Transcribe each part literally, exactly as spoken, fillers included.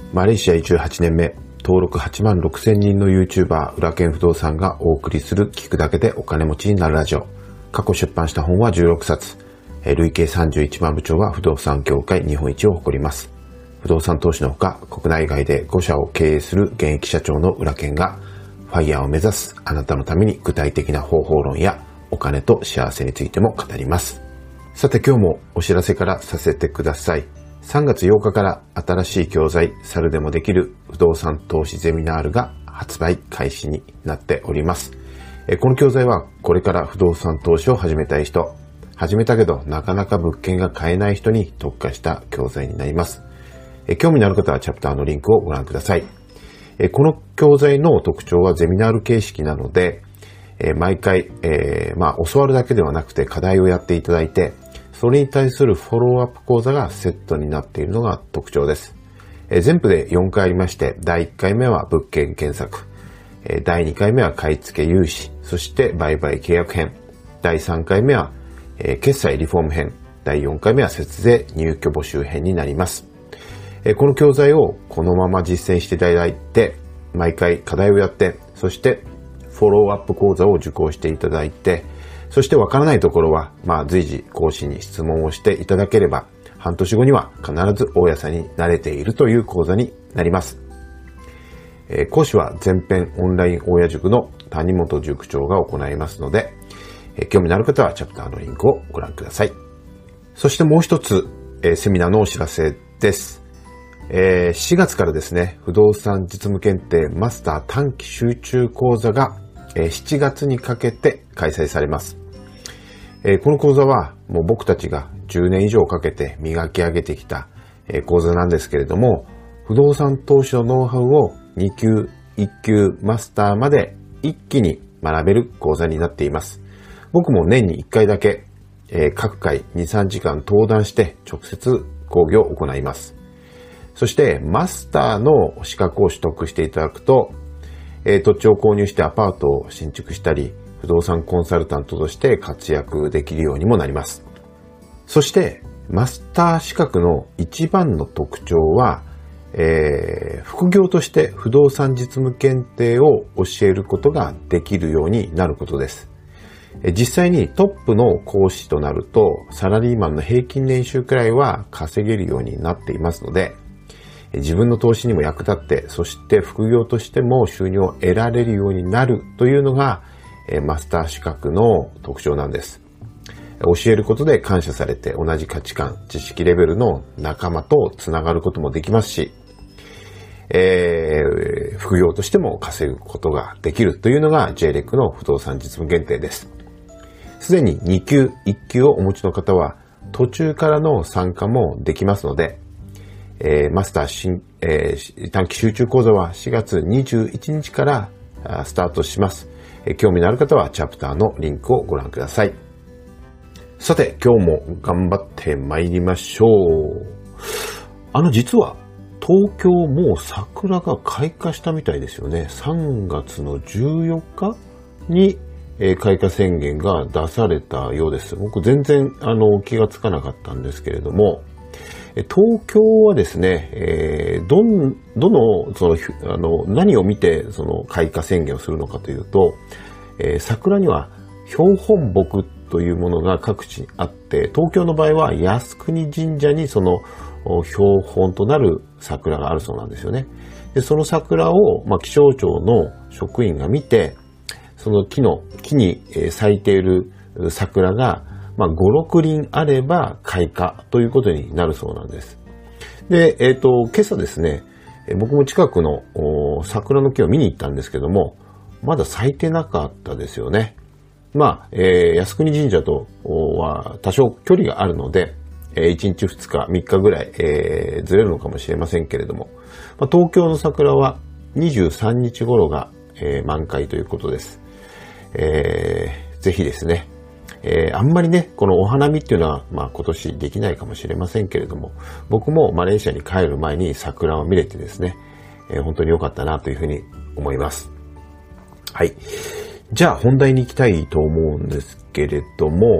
マレーシア移住はちねんめ、登録はちまんろくせんにんの YouTuber 裏剣不動産がお送りする聞くだけでお金持ちになるラジオ。過去出版した本はじゅうろくさつ、累計さんじゅういちまんぶちょうは不動産業界日本一を誇ります。不動産投資のほか、国内外でごしゃを経営する現役社長の裏剣が、ファイヤーを目指すあなたのために具体的な方法論やお金と幸せについても語ります。さて今日もお知らせからさせてください。さんがつようかから新しい教材、猿でもできる不動産投資ゼミナールが発売開始になっております。この教材はこれから不動産投資を始めたい人、始めたけどなかなか物件が買えない人に特化した教材になります。興味のある方はチャプターのリンクをご覧ください。この教材の特徴はゼミナール形式なので、毎回、えー、まあ教わるだけではなくて課題をやっていただいて、それに対するフォローアップ講座がセットになっているのが特徴です。全部でよんかいありまして、だいいっかいめは物件検索、だいにかいめは買い付け融資、そして売買契約編、だいさんかいめは決済リフォーム編、だいよんかいめは節税入居募集編になります。この教材をこのまま実践していただいて、毎回課題をやって、そしてフォローアップ講座を受講していただいて、そしてわからないところは、まあ随時講師に質問をしていただければ、半年後には必ず大家さんになれているという講座になります。えー、講師は全編オンライン大家塾の谷本塾長が行いますので、えー、興味のある方はチャプターのリンクをご覧ください。そしてもう一つ、えー、セミナーのお知らせです。えー、しがつからですね、不動産実務検定マスター短期集中講座が、えー、しちがつにかけて開催されます。えー、この講座はもう僕たちがじゅうねん以上かけて磨き上げてきた、えー、講座なんですけれども、不動産投資のノウハウをにきゅう、いっきゅうマスターまで一気に学べる講座になっています。僕も年にいっかいだけ、えー、各回に、さんじかん登壇して直接講義を行います。そしてマスターの資格を取得していただくと、えー、土地を購入してアパートを新築したり、不動産コンサルタントとして活躍できるようにもなります。そしてマスター資格の一番の特徴は、えー、副業として不動産実務検定を教えることができるようになることです。実際にトップの講師となると、サラリーマンの平均年収くらいは稼げるようになっていますので、自分の投資にも役立って、そして副業としても収入を得られるようになるというのが、マスター資格の特徴なんです。教えることで感謝されて、同じ価値観、知識レベルの仲間とつながることもできますし、えー、副業としても稼ぐことができるというのが ジェイレック の不動産実務検定です。すでににきゅう、いっきゅうをお持ちの方は途中からの参加もできますので、えー、マスター新、えー、短期集中講座はしがつにじゅういちにちからスタートします。えー、興味のある方はチャプターのリンクをご覧ください。さて、今日も頑張って参りましょう。あの、実は東京もう桜が開花したみたいですよね。さんがつのじゅうよっかに、えー、開花宣言が出されたようです。僕全然あの気がつかなかったんですけれども、東京はですね、えー、どん、どの、その、あの、何を見てその開花宣言をするのかというと、えー、桜には標本木というものが各地にあって、東京の場合は靖国神社にその標本となる桜があるそうなんですよね。で、その桜を、まあ、気象庁の職員が見て、その木の、木に咲いている桜が、まあ、ご、ろくりんあれば開花ということになるそうなんです。で、えっと、今朝ですね、僕も近くの桜の木を見に行ったんですけども、まだ咲いてなかったですよね。まあ、えー、靖国神社とは多少距離があるので、いちにちふつかみっかぐらい、えー、ずれるのかもしれませんけれども、まあ、東京の桜はにじゅうさんにち頃が、えー、満開ということです。えー、ぜひですね、えー、あんまりね、このお花見っていうのは、まあ今年できないかもしれませんけれども、僕もマレーシアに帰る前に桜を見れてですね、えー、本当に良かったなというふうに思います。はい。じゃあ本題に行きたいと思うんですけれども、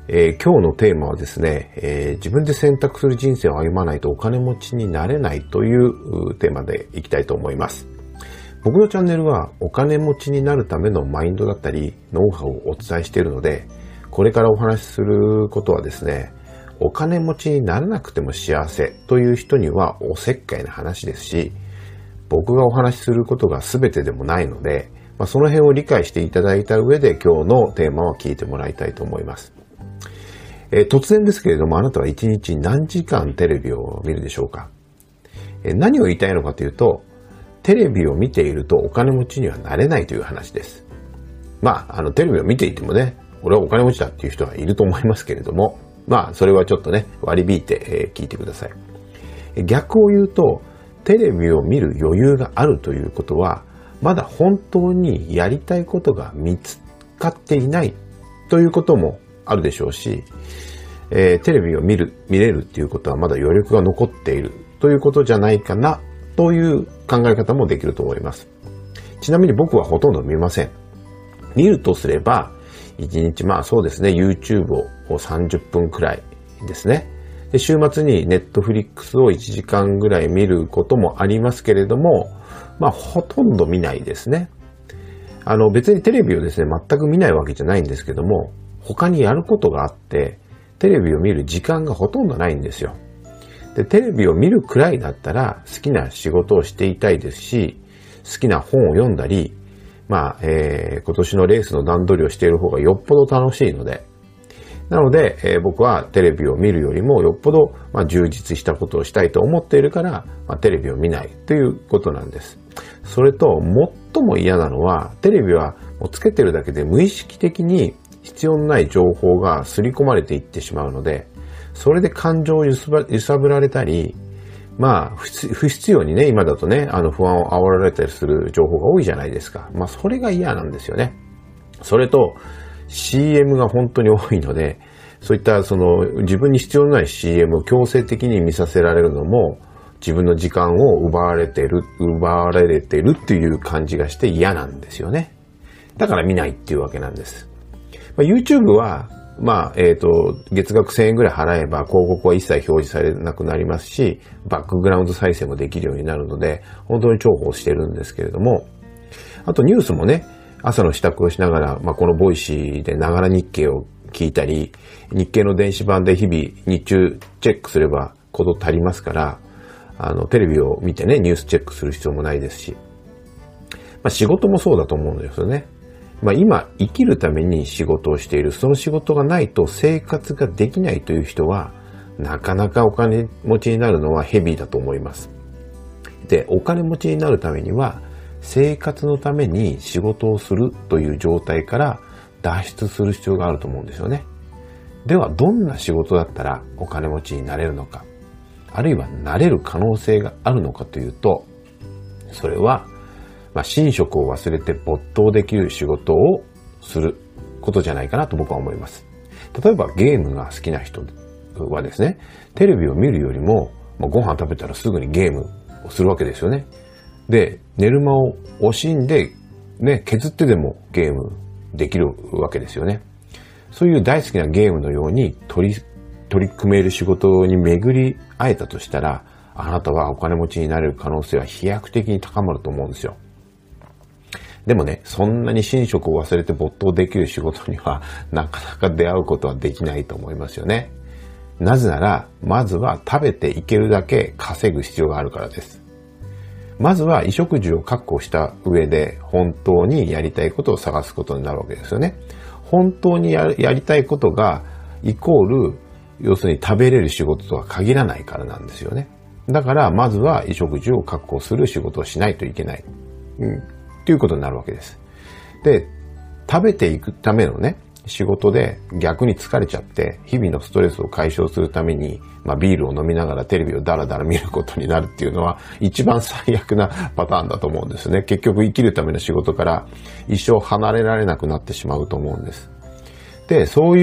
えー、今日のテーマはですね、えー、自分で選択する人生を歩まないとお金持ちになれないというテーマでいきたいと思います。僕のチャンネルはお金持ちになるためのマインドだったりノウハウをお伝えしているので、これからお話しすることはですね、お金持ちにならなくても幸せという人にはおせっかいな話ですし、僕がお話しすることが全てでもないので、まあ、その辺を理解していただいた上で今日のテーマを聞いてもらいたいと思います。えー、突然ですけれども、あなたはいちにち何時間テレビを見るでしょうか？えー、何を言いたいのかというと、テレビを見ているとお金持ちにはなれないという話です。まあ、あの、テレビを見ていてもね、俺はお金持ちだっていう人はいると思いますけれども、まあ、それはちょっとね、割り引いて、えー、聞いてください。逆を言うと、テレビを見る余裕があるということは、まだ本当にやりたいことが見つかっていないということもあるでしょうし、えー、テレビを見る、見れるっていうことはまだ余力が残っているということじゃないかなという考え方もできると思います。ちなみに僕はほとんど見ません。見るとすれば、いちにちまあそうですね、YouTube をさんじゅっぷんくらいですね。で、週末に Netflix をいちじかんぐらい見ることもありますけれども、まあほとんど見ないですね。あの別にテレビをですね、全く見ないわけじゃないんですけども、他にやることがあって、テレビを見る時間がほとんどないんですよ。で、テレビを見るくらいだったら好きな仕事をしていたいですし、好きな本を読んだり、まあ、えー、今年のレースの段取りをしている方がよっぽど楽しいので、なので、えー、僕はテレビを見るよりもよっぽど、まあ、充実したことをしたいと思っているから、まあ、テレビを見ないということなんです。それと、最も嫌なのは、テレビはもうつけてるだけで無意識的に必要のない情報が刷り込まれていってしまうので、それで感情を揺さぶられたり、まあ、不必要にね、今だとね、あの不安を煽られたりする情報が多いじゃないですか。まあ、それが嫌なんですよね。それと、シーエム が本当に多いので、そういったその自分に必要のない シーエム を強制的に見させられるのも、自分の時間を奪われてる、奪われてるっていう感じがして嫌なんですよね。だから見ないっていうわけなんです。まあ、YouTube は、まあ、えっと、月額せんえんぐらい払えば広告は一切表示されなくなりますし、バックグラウンド再生もできるようになるので、本当に重宝してるんですけれども、あとニュースもね、朝の支度をしながら、まあ、このボイシーでながら日経を聞いたり、日経の電子版で日々日中チェックすればこと足りますから、あの、テレビを見てね、ニュースチェックする必要もないですし、まあ、仕事もそうだと思うんですよね。まあ、今生きるために仕事をしている、その仕事がないと生活ができないという人は、なかなかお金持ちになるのはヘビーだと思います。で、お金持ちになるためには、生活のために仕事をするという状態から脱出する必要があると思うんですよね。では、どんな仕事だったらお金持ちになれるのか、あるいはなれる可能性があるのかというと、それは、まあ、寝食を忘れて没頭できる仕事をすることじゃないかなと僕は思います。例えばゲームが好きな人はですね、テレビを見るよりも、まあ、ご飯食べたらすぐにゲームをするわけですよね。で、寝る間を惜しんで、ね、削ってでもゲームできるわけですよね。そういう大好きなゲームのように取り、取り組める仕事に巡り会えたとしたら、あなたはお金持ちになれる可能性は飛躍的に高まると思うんですよ。でもね、そんなに寝食を忘れて没頭できる仕事にはなかなか出会うことはできないと思いますよね。なぜなら、まずは食べていけるだけ稼ぐ必要があるからです。まずは衣食住を確保した上で本当にやりたいことを探すことになるわけですよね。本当にや、やりたいことがイコール、要するに食べれる仕事とは限らないからなんですよね。だからまずは衣食住を確保する仕事をしないといけない。うんということになるわけです。で、食べていくためのね、仕事で逆に疲れちゃって、日々のストレスを解消するために、まあビールを飲みながらテレビをダラダラ見ることになるっていうのは、一番最悪なパターンだと思うんですね。結局生きるための仕事から一生離れられなくなってしまうと思うんです。で、そういう、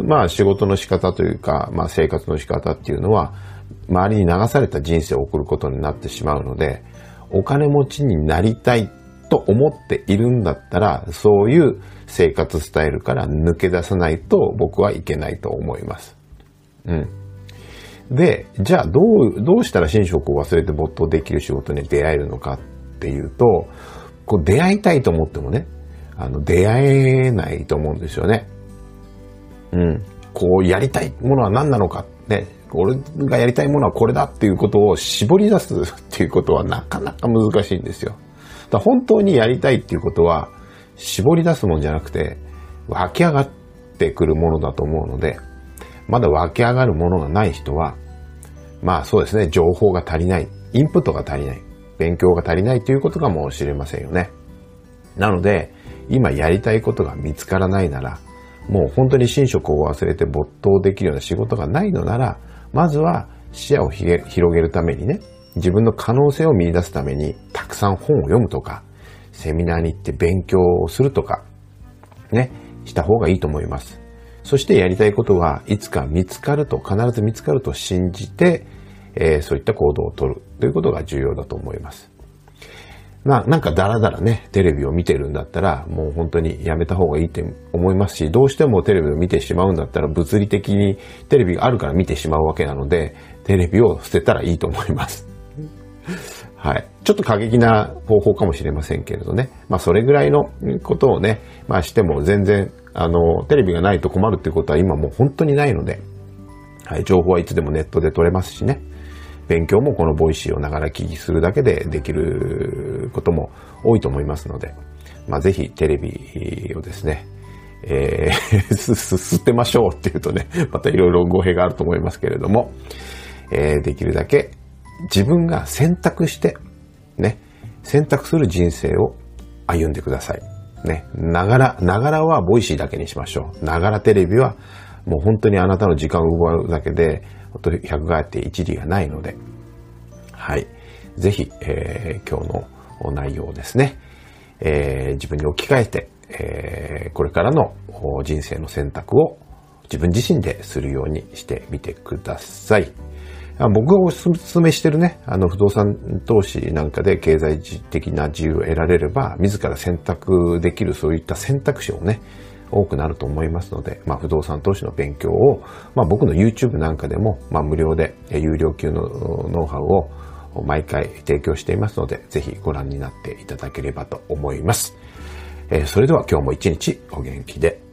まあ仕事の仕方というか、まあ生活の仕方っていうのは、周りに流された人生を送ることになってしまうので、お金持ちになりたいと思っているんだったら、そういう生活スタイルから抜け出さないと僕はいけないと思います。うん。で、じゃあどう、どうしたら寝食を忘れて没頭できる仕事に出会えるのかっていうと、こう出会いたいと思ってもね、あの、出会えないと思うんですよね。うん。こう、やりたいものは何なのか。ね。俺がやりたいものはこれだっていうことを絞り出すっていうことはなかなか難しいんですよ。だから本当にやりたいっていうことは絞り出すもんじゃなくて湧き上がってくるものだと思うので、まだ湧き上がるものがない人は、まあそうですね、情報が足りない、インプットが足りない、勉強が足りないということかもしれませんよね。なので、今やりたいことが見つからないなら、もう本当に寝食を忘れて没頭できるような仕事がないのなら、まずは視野を広げるためにね、自分の可能性を見出すためにたくさん本を読むとか、セミナーに行って勉強をするとか、ね、した方がいいと思います。そしてやりたいことはいつか見つかると、必ず見つかると信じて、えー、そういった行動をとるということが重要だと思います。まあ、なんかダラダラね、テレビを見てるんだったら、もう本当にやめた方がいいって思いますし、どうしてもテレビを見てしまうんだったら、物理的にテレビがあるから見てしまうわけなので、テレビを捨てたらいいと思います。はい。ちょっと過激な方法かもしれませんけれどね。まあ、それぐらいのことをね、まあしても全然、あの、テレビがないと困るっていうことは今もう本当にないので、はい。情報はいつでもネットで取れますしね。勉強もこのボイシーをながら聞きするだけでできることも多いと思いますので、まあぜひテレビをですね、えー、捨てましょうっていうとね、またいろいろ語弊があると思いますけれども、えー、できるだけ自分が選択して、ね、選択する人生を歩んでください。ね、ながら、ながらはボイシーだけにしましょう。ながらテレビはもう本当にあなたの時間を奪うだけで、百害あって一理がないので、はい。ぜひ、えー、今日の内容をですね、えー、自分に置き換えて、えー、これからの人生の選択を自分自身でするようにしてみてください。僕がお勧めしてるね、あの不動産投資なんかで経済的な自由を得られれば、自ら選択できるそういった選択肢をね、多くなると思いますので、まあ、不動産投資の勉強を、まあ、僕の YouTube なんかでも、まあ、無料で有料級のノウハウを毎回提供していますので、ぜひご覧になっていただければと思います。えー、それでは今日も一日お元気で。